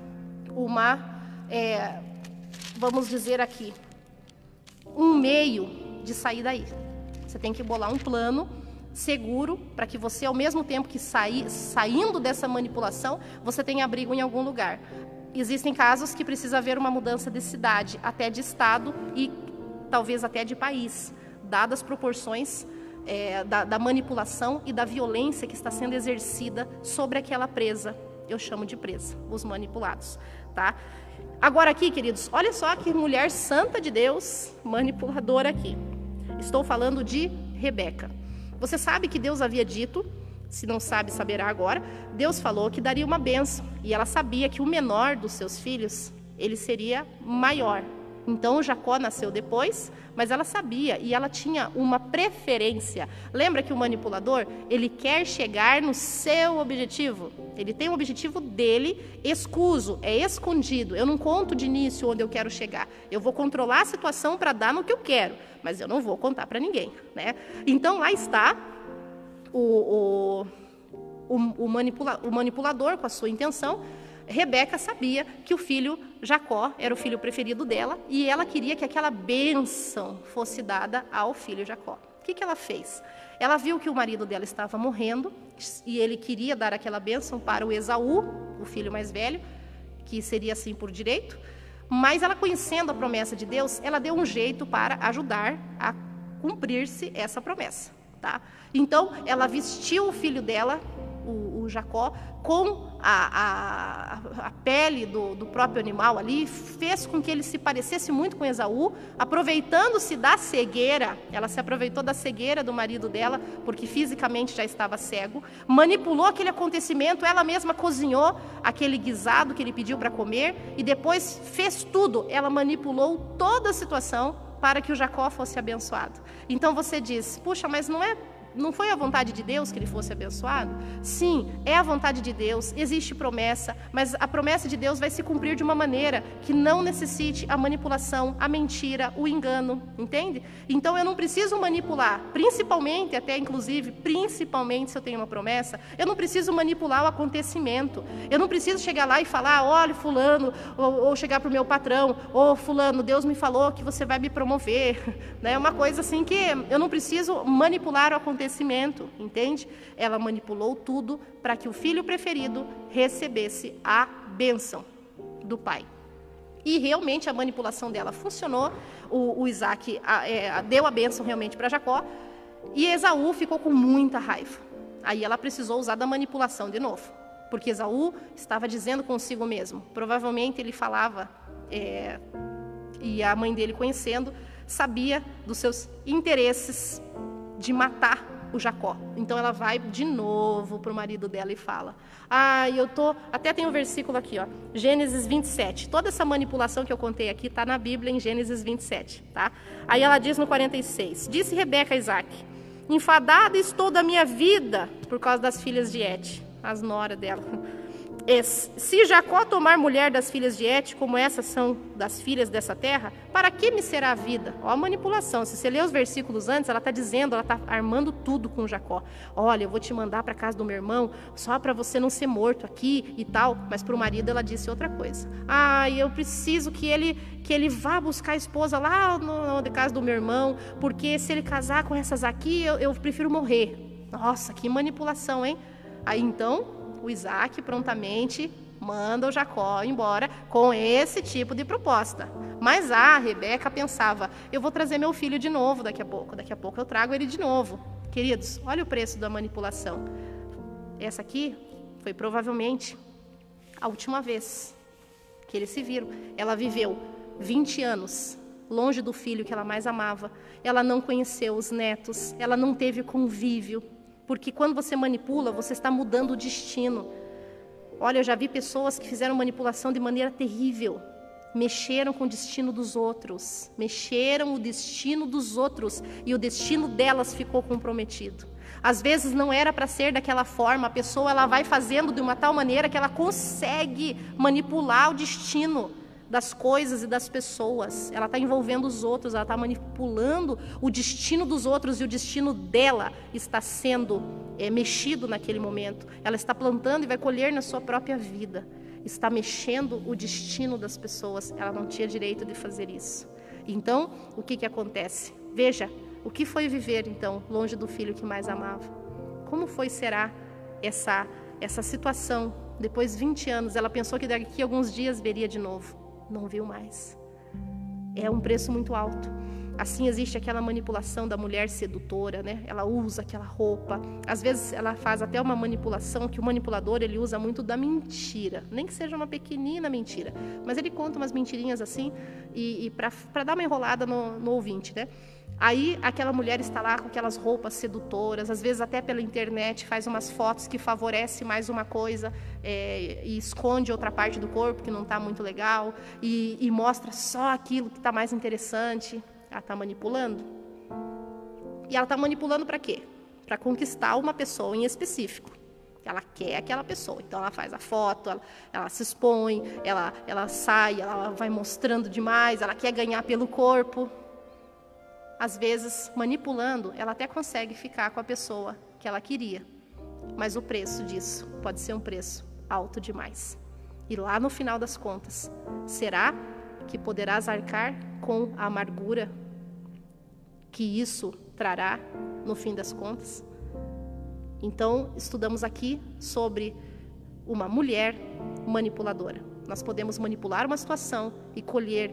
vamos dizer aqui, um meio de sair daí. Você tem que bolar um plano seguro para que você, ao mesmo tempo que saindo dessa manipulação, você tenha abrigo em algum lugar. Existem casos que precisa haver uma mudança de cidade, até de estado e talvez até de país, dadas as proporções da manipulação e da violência que está sendo exercida sobre aquela presa. eu chamo de presa, os manipulados, tá? Agora aqui, queridos, olha só que mulher santa de Deus, manipuladora aqui. Estou falando de Rebeca. Você sabe que Deus havia dito, se não sabe, saberá agora, Deus falou que daria uma bênção, e ela sabia que o menor dos seus filhos, ele seria maior. Então, Jacó nasceu depois, mas ela sabia e ela tinha uma preferência. Lembra que o manipulador, ele quer chegar no seu objetivo. Ele tem um objetivo dele, escuso, é escondido. Eu não conto de início onde eu quero chegar. Eu vou controlar a situação para dar no que eu quero, mas eu não vou contar para ninguém, né? Então, lá está o manipulador com a sua intenção. Rebeca sabia que o filho Jacó era o filho preferido dela e ela queria que aquela bênção fosse dada ao filho Jacó. O que ela fez? Ela viu que o marido dela estava morrendo e ele queria dar aquela bênção para o Esaú, o filho mais velho, que seria assim por direito, mas ela, conhecendo a promessa de Deus, ela deu um jeito para ajudar a cumprir-se essa promessa, tá? Então, ela vestiu o filho dela, o Jacó, com a pele do próprio animal ali, fez com que ele se parecesse muito com Esaú, aproveitando-se da cegueira. Ela se aproveitou da cegueira do marido dela, porque fisicamente já estava cego, manipulou aquele acontecimento, ela mesma cozinhou aquele guisado que ele pediu para comer, e depois fez tudo. Ela manipulou toda a situação para que o Jacó fosse abençoado. Então você diz, puxa, mas não foi a vontade de Deus que ele fosse abençoado? Sim, é a vontade de Deus, existe promessa, mas a promessa de Deus vai se cumprir de uma maneira que não necessite a manipulação, a mentira, o engano, entende? Então eu não preciso manipular, principalmente se eu tenho uma promessa, eu não preciso manipular o acontecimento, eu não preciso chegar lá e falar, olha fulano, ou chegar para o meu patrão, fulano, Deus me falou que você vai me promover, né? Uma coisa assim que eu não preciso manipular o acontecimento, entende? Ela manipulou tudo para que o filho preferido recebesse a bênção do pai. E realmente a manipulação dela funcionou. O Isaac deu a bênção realmente para Jacó, e Esaú ficou com muita raiva. Aí ela precisou usar da manipulação de novo, porque Esaú estava dizendo consigo mesmo. Provavelmente ele falava, e a mãe dele, conhecendo, sabia dos seus interesses de matar o Jacó. Então ela vai de novo para o marido dela e fala, até tem um versículo aqui, ó, Gênesis 27, toda essa manipulação que eu contei aqui está na Bíblia em Gênesis 27, tá? Aí ela diz no 46, disse Rebeca a Isaac, enfadada estou da minha vida por causa das filhas de Et, as noras dela. Se Jacó tomar mulher das filhas de Et, como essas são das filhas dessa terra, para que me será a vida? Ó a manipulação. Se você ler os versículos antes, ela está dizendo, ela está armando tudo com Jacó. Olha, eu vou te mandar para a casa do meu irmão, só para você não ser morto aqui e tal. Mas para o marido ela disse outra coisa. Eu preciso que ele vá buscar a esposa lá na casa do meu irmão, porque se ele casar com essas aqui, eu prefiro morrer. Nossa, que manipulação, hein? Aí então o Isaac prontamente manda o Jacó embora com esse tipo de proposta. Mas a Rebeca pensava, eu vou trazer meu filho de novo daqui a pouco eu trago ele de novo. Queridos, olha o preço da manipulação. Essa aqui foi provavelmente a última vez que eles se viram. Ela viveu 20 anos longe do filho que ela mais amava. Ela não conheceu os netos, ela não teve convívio. Porque quando você manipula, você está mudando o destino. Olha, eu já vi pessoas que fizeram manipulação de maneira terrível. Mexeram com o destino dos outros. E o destino delas ficou comprometido. Às vezes não era para ser daquela forma. A pessoa ela vai fazendo de uma tal maneira que ela consegue manipular o destino das coisas e das pessoas. Ela está envolvendo os outros, ela está manipulando o destino dos outros, e o destino dela está sendo mexido naquele momento. Ela está plantando e vai colher na sua própria vida. Está mexendo o destino das pessoas. Ela não tinha direito de fazer isso. Então, o que acontece? Veja, o que foi viver então longe do filho que mais amava? Como será essa situação? Depois de 20 anos, ela pensou que daqui a alguns dias veria de novo. Não viu mais. É um preço muito alto. Assim, existe aquela manipulação da mulher sedutora, né? Ela usa aquela roupa. Às vezes, ela faz até uma manipulação que o manipulador, ele usa muito da mentira. Nem que seja uma pequenina mentira. Mas ele conta umas mentirinhas assim, e para dar uma enrolada no ouvinte, né? Aí, aquela mulher está lá com aquelas roupas sedutoras, às vezes até pela internet, faz umas fotos que favorece mais uma coisa e esconde outra parte do corpo que não está muito legal e mostra só aquilo que está mais interessante. Ela está manipulando. E ela está manipulando para quê? Para conquistar uma pessoa em específico. Ela quer aquela pessoa. Então, ela faz a foto, ela se expõe, ela sai, ela vai mostrando demais, ela quer ganhar pelo corpo. Às vezes, manipulando, ela até consegue ficar com a pessoa que ela queria. Mas o preço disso pode ser um preço alto demais. E lá no final das contas, será que poderás arcar com a amargura que isso trará no fim das contas? Então, estudamos aqui sobre uma mulher manipuladora. Nós podemos manipular uma situação e colher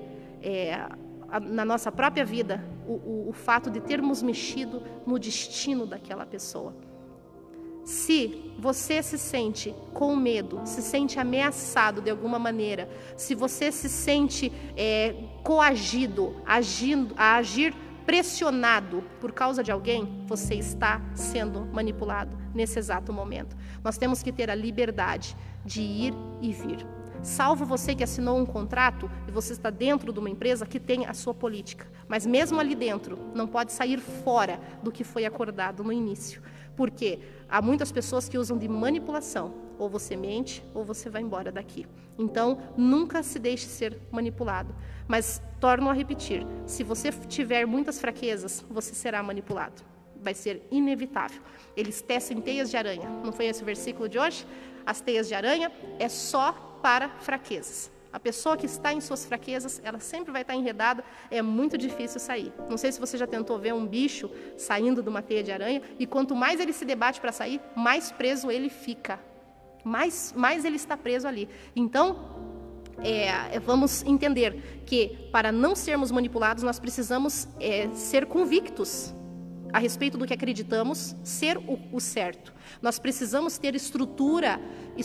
na nossa própria vida o fato de termos mexido no destino daquela pessoa. Se você se sente com medo, se sente ameaçado de alguma maneira, se você se sente coagido a agir pressionado por causa de alguém, você está sendo manipulado nesse exato momento. Nós temos que ter a liberdade de ir e vir. Salvo você que assinou um contrato e você está dentro de uma empresa que tem a sua política. Mas mesmo ali dentro, não pode sair fora do que foi acordado no início. Porque há muitas pessoas que usam de manipulação. Ou você mente, ou você vai embora daqui. Então, nunca se deixe ser manipulado. Mas, torno a repetir, se você tiver muitas fraquezas, você será manipulado. Vai ser inevitável. Eles tecem teias de aranha. Não foi esse o versículo de hoje? As teias de aranha é só para fraquezas. A pessoa que está em suas fraquezas, ela sempre vai estar enredada, é muito difícil sair. Não sei se você já tentou ver um bicho saindo de uma teia de aranha, e quanto mais ele se debate para sair, mais preso ele fica. Mais ele está preso ali. Então, vamos entender que para não sermos manipulados, nós precisamos ser convictos a respeito do que acreditamos ser o certo. Nós precisamos ter estrutura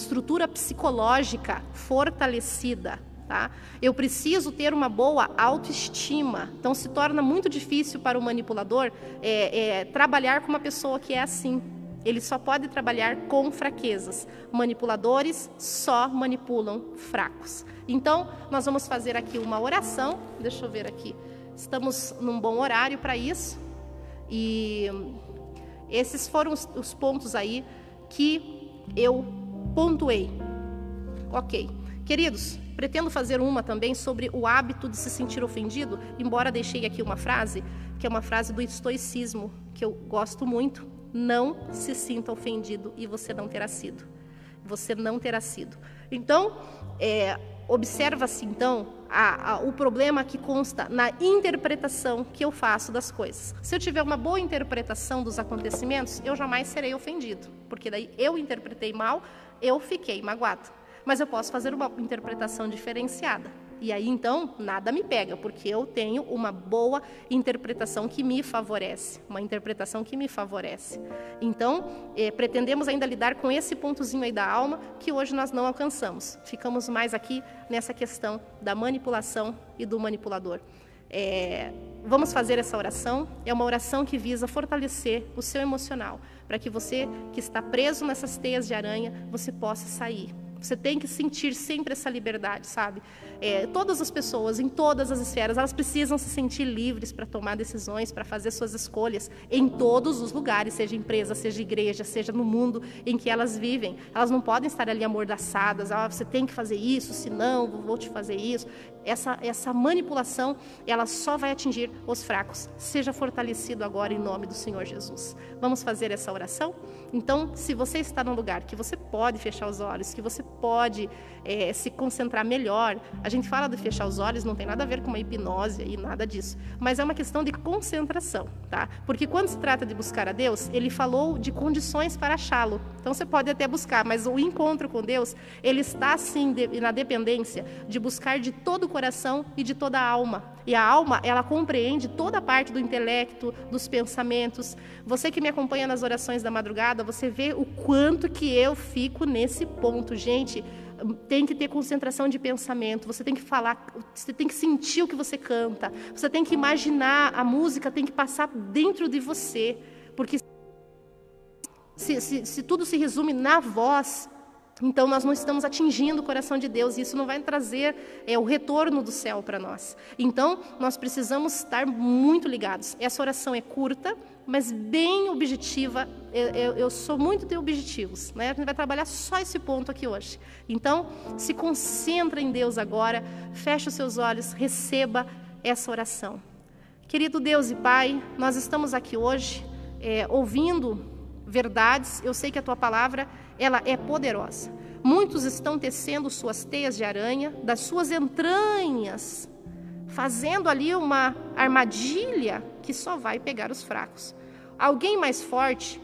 psicológica fortalecida. Tá? Eu preciso ter uma boa autoestima. Então, se torna muito difícil para o manipulador trabalhar com uma pessoa que é assim. Ele só pode trabalhar com fraquezas. Manipuladores só manipulam fracos. Então, nós vamos fazer aqui uma oração. Deixa eu ver aqui. Estamos num bom horário para isso. E esses foram os pontos aí que eu pontuei. Ok. Queridos, pretendo fazer uma também sobre o hábito de se sentir ofendido, embora deixei aqui uma frase, que é uma frase do estoicismo, que eu gosto muito. Não se sinta ofendido e você não terá sido. Você não terá sido. Então, observa-se então o problema que consta na interpretação que eu faço das coisas. Se eu tiver uma boa interpretação dos acontecimentos, eu jamais serei ofendido, porque daí eu interpretei mal, eu fiquei magoado. Mas eu posso fazer uma interpretação diferenciada. E aí, então, nada me pega, porque eu tenho uma boa interpretação que me favorece. Uma interpretação que me favorece. Então, pretendemos ainda lidar com esse pontozinho aí da alma, que hoje nós não alcançamos. Ficamos mais aqui nessa questão da manipulação e do manipulador. Vamos fazer essa oração. É uma oração que visa fortalecer o seu emocional, para que você que está preso nessas teias de aranha, você possa sair. Você tem que sentir sempre essa liberdade, sabe? Todas as pessoas, em todas as esferas, elas precisam se sentir livres para tomar decisões, para fazer suas escolhas em todos os lugares, seja empresa, seja igreja, seja no mundo em que elas vivem. Elas não podem estar ali amordaçadas, você tem que fazer isso, senão vou te fazer isso. Essa manipulação, ela só vai atingir os fracos. Seja fortalecido agora em nome do Senhor Jesus. Vamos fazer essa oração? Então, se você está num lugar que você pode fechar os olhos, que você pode se concentrar melhor. A gente fala de fechar os olhos, não tem nada a ver com uma hipnose e nada disso, mas é uma questão de concentração, tá? Porque quando se trata de buscar a Deus, ele falou de condições para achá-lo. Então você pode até buscar, mas o encontro com Deus, ele está sim na dependência de buscar de todo o coração e de toda a alma. E a alma, ela compreende toda a parte do intelecto, dos pensamentos. Você que me acompanha nas orações da madrugada, você vê o quanto que eu fico nesse ponto, gente. Tem que ter concentração de pensamento, você tem que falar, você tem que sentir o que você canta, você tem que imaginar, a música tem que passar dentro de você, porque se tudo se resume na voz, então nós não estamos atingindo o coração de Deus, e isso não vai trazer o retorno do céu para nós. Então nós precisamos estar muito ligados. Essa oração é curta, mas bem objetiva. Eu sou muito de objetivos, né? A gente vai trabalhar só esse ponto aqui hoje. Então, se concentra em Deus agora, feche os seus olhos, receba essa oração. Querido Deus e Pai, nós estamos aqui hoje ouvindo verdades. Eu sei que a Tua palavra, ela é poderosa. Muitos estão tecendo suas teias de aranha, das suas entranhas, fazendo ali uma armadilha que só vai pegar os fracos. Alguém mais forte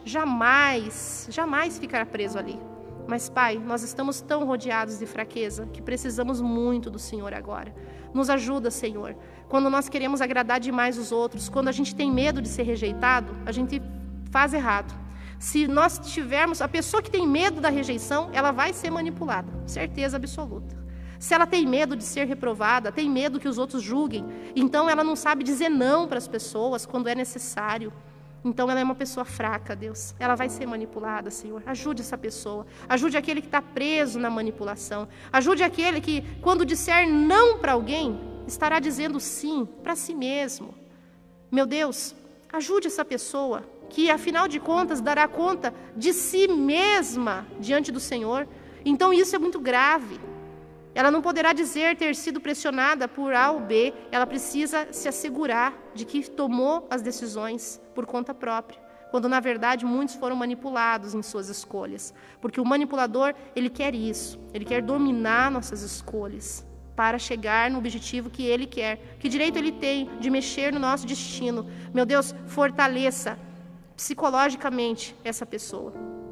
jamais ficará preso ali. Mas, Pai, nós estamos tão rodeados de fraqueza que precisamos muito do Senhor agora. Nos ajuda, Senhor. Quando nós queremos agradar demais os outros, quando a gente tem medo de ser rejeitado, a gente faz errado. Se nós tivermos... A pessoa que tem medo da rejeição, ela vai ser manipulada, certeza absoluta. Se ela tem medo de ser reprovada, tem medo que os outros julguem, então ela não sabe dizer não para as pessoas quando é necessário. Então ela é uma pessoa fraca, Deus. Ela vai ser manipulada, Senhor. Ajude essa pessoa. Ajude aquele que está preso na manipulação. Ajude aquele que, quando disser não para alguém, estará dizendo sim para si mesmo. Meu Deus, ajude essa pessoa que, afinal de contas, dará conta de si mesma diante do Senhor. Então isso é muito grave. Ela não poderá dizer ter sido pressionada por A ou B. Ela precisa se assegurar de que tomou as decisões por conta própria, quando na verdade muitos foram manipulados em suas escolhas. Porque o manipulador, ele quer isso, ele quer dominar nossas escolhas para chegar no objetivo que ele quer. Que direito ele tem de mexer no nosso destino? Meu Deus, fortaleça psicologicamente essa pessoa.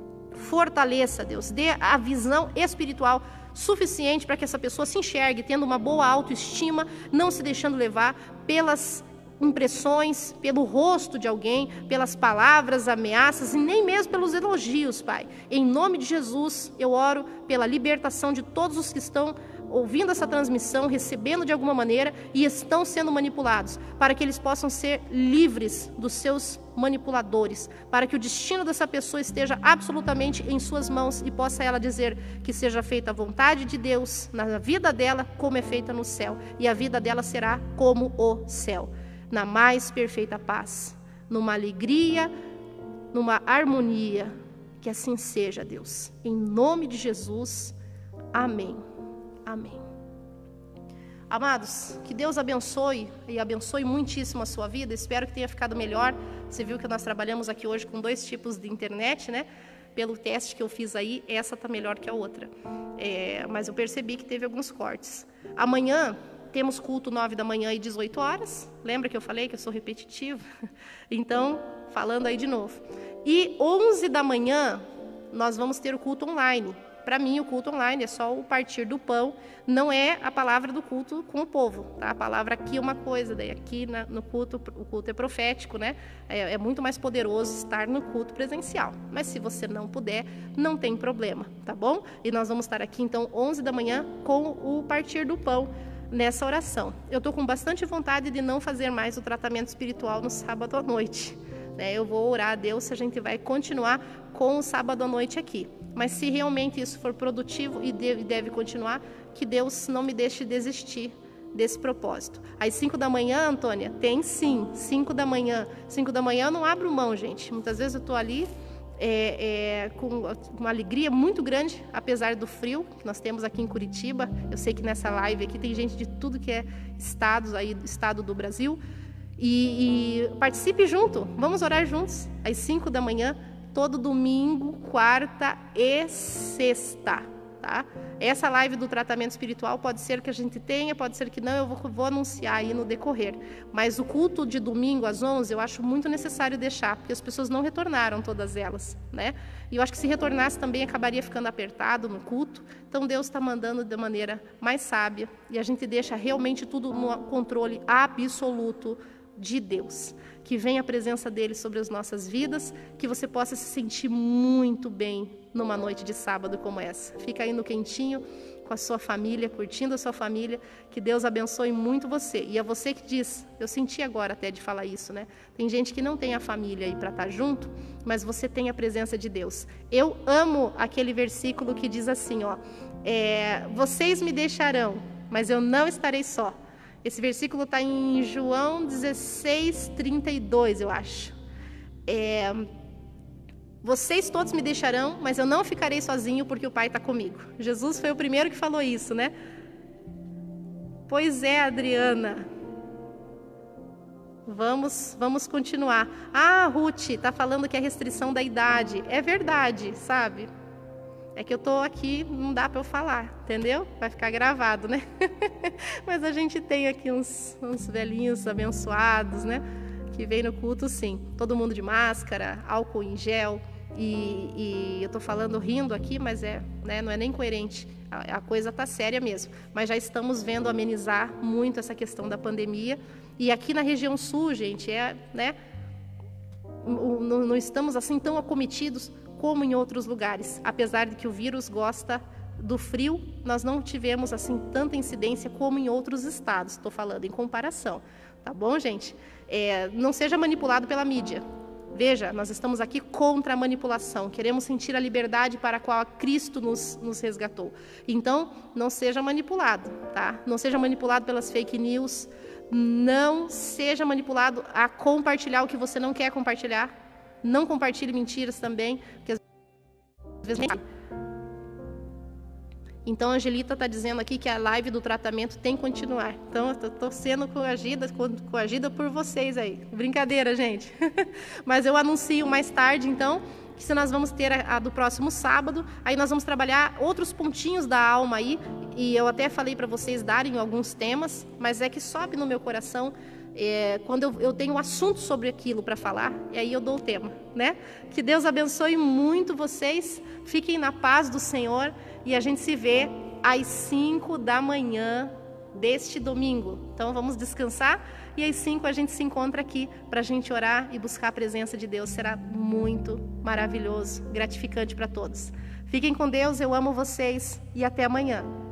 Fortaleça, Deus, dê a visão espiritual suficiente para que essa pessoa se enxergue tendo uma boa autoestima, não se deixando levar pelas impressões, pelo rosto de alguém, pelas palavras, ameaças e nem mesmo pelos elogios, Pai. Em nome de Jesus, eu oro pela libertação de todos os que estão ouvindo essa transmissão, recebendo de alguma maneira e estão sendo manipulados, para que eles possam ser livres dos seus manipuladores, para que o destino dessa pessoa esteja absolutamente em suas mãos e possa ela dizer que seja feita a vontade de Deus na vida dela, como é feita no céu, e a vida dela será como o céu, na mais perfeita paz, numa alegria, numa harmonia. Que assim seja, Deus, em nome de Jesus, amém. Amém. Amados, que Deus abençoe e abençoe muitíssimo a sua vida. Espero que tenha ficado melhor. Você viu que nós trabalhamos aqui hoje com 2 tipos de internet, né? Pelo teste que eu fiz aí, essa está melhor que a outra. Mas eu percebi que teve alguns cortes. Amanhã temos culto 9 da manhã e 18 horas. Lembra que eu falei que eu sou repetitiva? Então, falando aí de novo. E 11 da manhã nós vamos ter o culto online. Para mim, o culto online é só o partir do pão, não é a palavra do culto com o povo, tá? A palavra aqui é uma coisa, daí aqui no culto, o culto é profético, né? É muito mais poderoso estar no culto presencial. Mas se você não puder, não tem problema, tá bom? E nós vamos estar aqui, então, 11 da manhã com o partir do pão nessa oração. Eu estou com bastante vontade de não fazer mais o tratamento espiritual no sábado à noite. Eu vou orar a Deus se a gente vai continuar com o sábado à noite aqui. Mas se realmente isso for produtivo e deve continuar, que Deus não me deixe desistir desse propósito. Às 5 da manhã, Antônia? Tem sim, 5 da manhã. 5 da manhã eu não abro mão, gente. Muitas vezes eu estou ali com uma alegria muito grande, apesar do frio que nós temos aqui em Curitiba. Eu sei que nessa live aqui tem gente de tudo que é estado do Brasil. E participe junto, vamos orar juntos, às 5 da manhã, todo domingo, quarta e sexta. tá? Essa live do tratamento espiritual pode ser que a gente tenha, pode ser que não, eu vou anunciar aí no decorrer. Mas o culto de domingo às 11 eu acho muito necessário deixar, porque as pessoas não retornaram, todas elas, né? E eu acho que se retornasse também acabaria ficando apertado no culto. Então Deus está mandando de maneira mais sábia e a gente deixa realmente tudo no controle absoluto de Deus. Que venha a presença dele sobre as nossas vidas, que você possa se sentir muito bem numa noite de sábado como essa. Fica aí no quentinho com a sua família, curtindo a sua família, que Deus abençoe muito você. E é você que diz, eu senti agora até de falar isso, né? Tem gente que não tem a família aí para estar junto, mas você tem a presença de Deus. Eu amo aquele versículo que diz assim, ó, vocês me deixarão, mas eu não estarei só. Esse versículo está em João 16:32, eu acho. Vocês todos me deixarão, mas eu não ficarei sozinho porque o Pai está comigo. Jesus foi o primeiro que falou isso, né? Pois é, Adriana. Vamos continuar. Ah, Ruth está falando que é restrição da idade. É verdade, sabe? É que eu estou aqui, não dá para eu falar, entendeu? Vai ficar gravado, né? Mas a gente tem aqui uns velhinhos abençoados, né? Que vem no culto, sim. Todo mundo de máscara, álcool em gel. E eu estou falando rindo aqui, mas né, não é nem coerente. A coisa está séria mesmo. Mas já estamos vendo amenizar muito essa questão da pandemia. E aqui na região sul, gente, né? Não estamos assim tão acometidos como em outros lugares. Apesar de que o vírus gosta do frio, nós não tivemos assim tanta incidência como em outros estados. Estou falando em comparação. Tá bom, gente? Não seja manipulado pela mídia. Veja, nós estamos aqui contra a manipulação. Queremos sentir a liberdade para a qual Cristo nos resgatou. Então, não seja manipulado, tá? Não seja manipulado pelas fake news. Não seja manipulado a compartilhar o que você não quer compartilhar. Não compartilhe mentiras também, porque às vezes... Então, a Angelita está dizendo aqui que a live do tratamento tem que continuar. Então, eu estou sendo coagida por vocês aí. Brincadeira, gente. Mas eu anuncio mais tarde, então, que se nós vamos ter a do próximo sábado, aí nós vamos trabalhar outros pontinhos da alma aí, e eu até falei para vocês darem alguns temas, mas é que sobe no meu coração quando eu tenho um assunto sobre aquilo para falar, e aí eu dou o tema, né? Que Deus abençoe muito vocês, fiquem na paz do Senhor, e a gente se vê às 5 da manhã deste domingo. Então vamos descansar, e às 5 a gente se encontra aqui para a gente orar e buscar a presença de Deus. Será muito maravilhoso, gratificante para todos. Fiquem com Deus, eu amo vocês, e até amanhã.